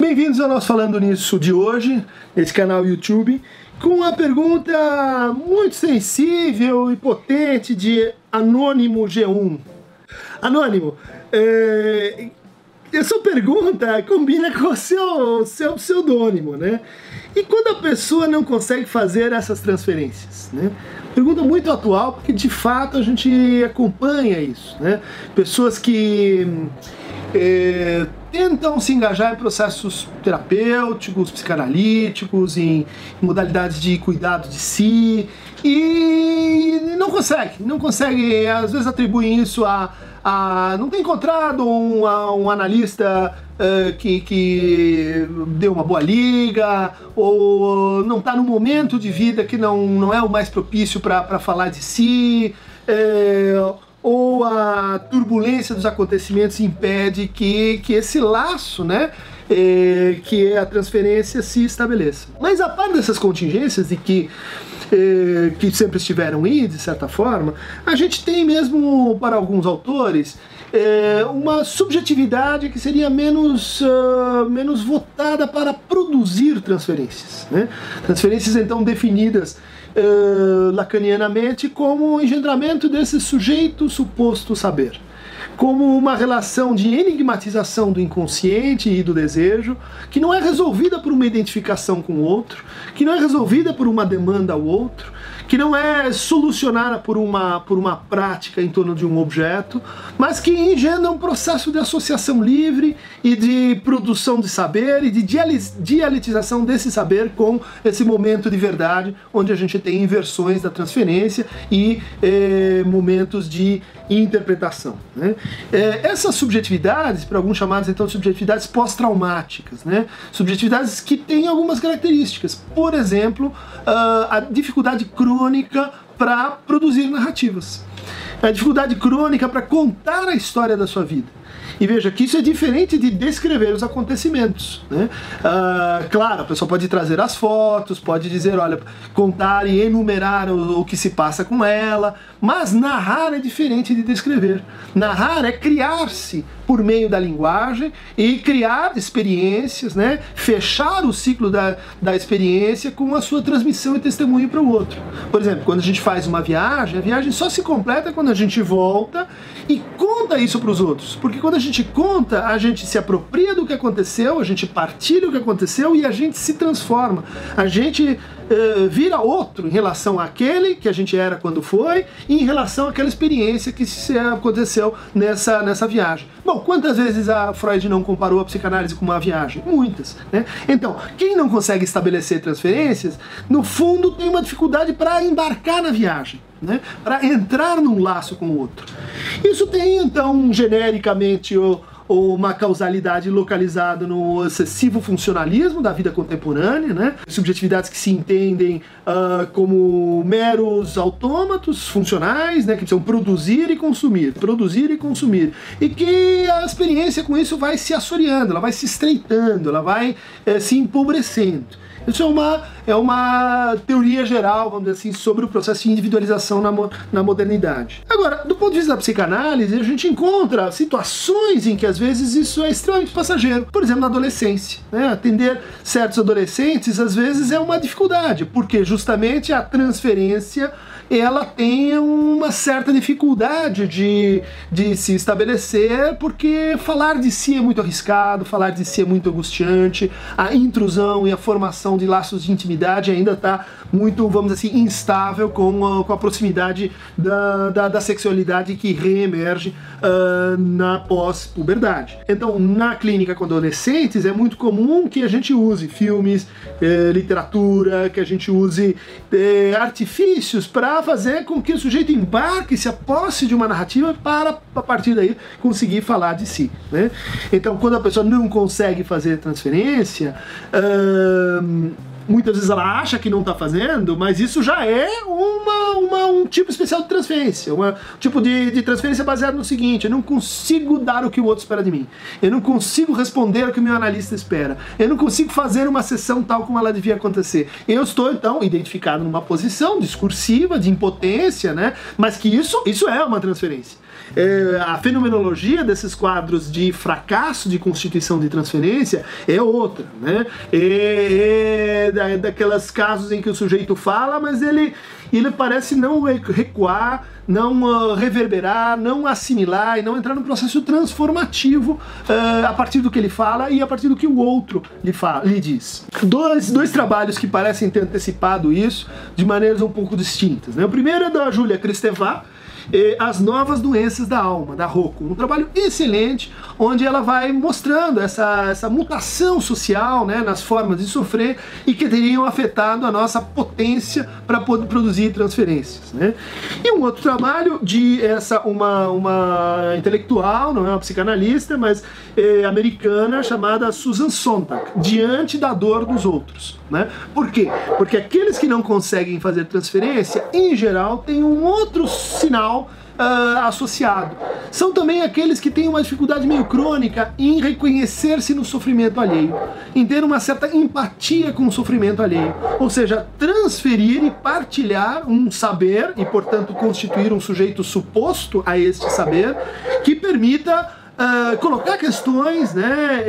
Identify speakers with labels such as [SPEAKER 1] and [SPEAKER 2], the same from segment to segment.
[SPEAKER 1] Bem-vindos ao nosso Falando Nisso de hoje, nesse canal YouTube, com uma pergunta muito sensível e potente de Anônimo G1. Anônimo, essa pergunta combina com o seu pseudônimo, né? E quando a pessoa não consegue fazer essas transferências, né? Pergunta muito atual, porque de fato a gente acompanha isso, né? Pessoas que tentam se engajar em processos terapêuticos, psicanalíticos, em modalidades de cuidado de si, e não consegue, às vezes atribuem isso a não ter encontrado um analista que deu uma boa liga, ou não está no momento de vida que não é o mais propício para falar de si, ou a turbulência dos acontecimentos impede que esse laço, né, que é a transferência, se estabeleça. Mas a par dessas contingências e que sempre estiveram aí, de certa forma, a gente tem mesmo, para alguns autores, uma subjetividade que seria menos votada para produzir transferências, né? Transferências então definidas lacanianamente como o engendramento desse sujeito suposto saber, como uma relação de enigmatização do inconsciente e do desejo, que não é resolvida por uma identificação com o outro, que não é resolvida por uma demanda ao outro, que não é solucionada por uma prática em torno de um objeto, mas que engendra um processo de associação livre e de produção de saber e de dialetização desse saber com esse momento de verdade, onde a gente tem inversões da transferência e momentos de interpretação, né? Essas subjetividades, para alguns chamados então de subjetividades pós-traumáticas, né? Subjetividades que têm algumas características, por exemplo, a dificuldade crônica para produzir narrativas, a dificuldade crônica para contar a história da sua vida. E veja que isso é diferente de descrever os acontecimentos, né? Claro, a pessoa pode trazer as fotos, pode dizer, olha, contar e enumerar o que se passa com ela, mas narrar é diferente de descrever. Narrar é criar-se por meio da linguagem e criar experiências, né? Fechar o ciclo da experiência com a sua transmissão e testemunho para o outro. Por exemplo, quando a gente faz uma viagem, a viagem só se completa quando a gente volta e conta isso para os outros. Porque quando a gente conta, a gente se apropria do que aconteceu, a gente partilha o que aconteceu e a gente se transforma. A gente vira outro em relação àquele que a gente era quando foi e em relação àquela experiência que aconteceu nessa viagem. Bom, quantas vezes a Freud não comparou a psicanálise com uma viagem? Muitas, né? Então, quem não consegue estabelecer transferências, no fundo tem uma dificuldade para embarcar na viagem, né? Para entrar num laço com o outro. Isso tem, então, genericamente, uma causalidade localizada no excessivo funcionalismo da vida contemporânea, né? Subjetividades que se entendem como meros autômatos funcionais, né? Que precisam produzir e consumir, e que a experiência com isso vai se assoreando, ela vai se estreitando, ela vai se empobrecendo. Isso é uma teoria geral, vamos dizer assim, sobre o processo de individualização na modernidade. Agora, do ponto de vista da psicanálise, a gente encontra situações em que às vezes isso é extremamente passageiro. Por exemplo, na adolescência, né? Atender certos adolescentes às vezes é uma dificuldade, porque justamente a transferência ela tem uma certa dificuldade de se estabelecer, porque falar de si é muito arriscado, falar de si é muito angustiante, a intrusão e a formação de laços de intimidade ainda está muito, vamos dizer assim, instável com a proximidade da sexualidade que reemerge na pós-puberdade. Então, na clínica com adolescentes, é muito comum que a gente use filmes, literatura, que a gente use artifícios para fazer com que o sujeito embarque, se aposse de uma narrativa para, a partir daí, conseguir falar de si, né? Então, quando a pessoa não consegue fazer transferência, muitas vezes ela acha que não está fazendo, mas isso já é um tipo especial de transferência, um tipo de transferência baseado no seguinte: eu não consigo dar o que o outro espera de mim, eu não consigo responder o que o meu analista espera, eu não consigo fazer uma sessão tal como ela devia acontecer. Eu estou, então, identificado numa posição discursiva, de impotência, né? Mas que isso é uma transferência. A fenomenologia desses quadros de fracasso de constituição de transferência é outra, né? Daqueles casos em que o sujeito fala, mas ele parece não recuar, não reverberar, não assimilar e não entrar no processo transformativo a partir do que ele fala e a partir do que o outro lhe diz. Dois trabalhos que parecem ter antecipado isso de maneiras um pouco distintas, né? O primeiro é da Júlia Kristeva, As Novas Doenças da Alma, da Rocco. Um trabalho excelente, onde ela vai mostrando essa mutação social, né, nas formas de sofrer e que teriam afetado a nossa potência para poder produzir transferências, né? E um outro trabalho de uma intelectual, não é uma psicanalista, mas americana, chamada Susan Sontag, Diante da Dor dos Outros, né? Por quê? Porque aqueles que não conseguem fazer transferência, em geral, têm um outro sinal associado. São também aqueles que têm uma dificuldade meio crônica em reconhecer-se no sofrimento alheio, em ter uma certa empatia com o sofrimento alheio, ou seja, transferir e partilhar um saber e, portanto, constituir um sujeito suposto a este saber que permita colocar questões, né,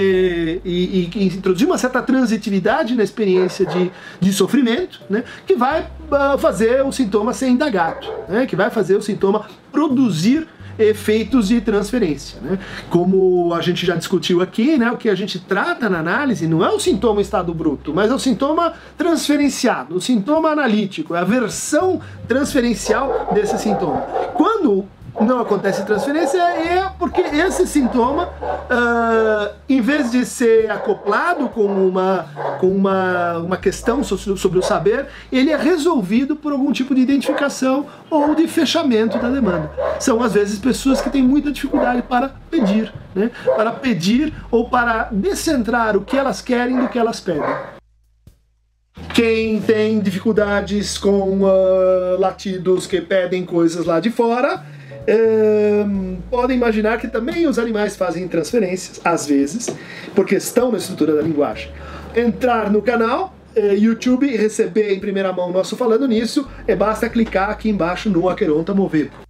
[SPEAKER 1] e introduzir uma certa transitividade na experiência de sofrimento, né, que vai fazer o sintoma ser indagado, né, que vai fazer o sintoma produzir efeitos de transferência, né? Como a gente já discutiu aqui, né, o que a gente trata na análise não é o sintoma em estado bruto, mas é o sintoma transferenciado, o sintoma analítico, é a versão transferencial desse sintoma. Quando não acontece transferência é porque esse sintoma, em vez de ser acoplado com uma questão sobre o saber, ele é resolvido por algum tipo de identificação ou de fechamento da demanda. São, às vezes, pessoas que têm muita dificuldade para pedir, né? Para pedir ou para descentrar o que elas querem do que elas pedem. Quem tem dificuldades com latidos que pedem coisas lá de fora, podem imaginar que também os animais fazem transferências, às vezes, porque estão na estrutura da linguagem. Entrar no canal YouTube e receber em primeira mão nosso Falando Nisso, basta clicar aqui embaixo no Aqueronta Movebo.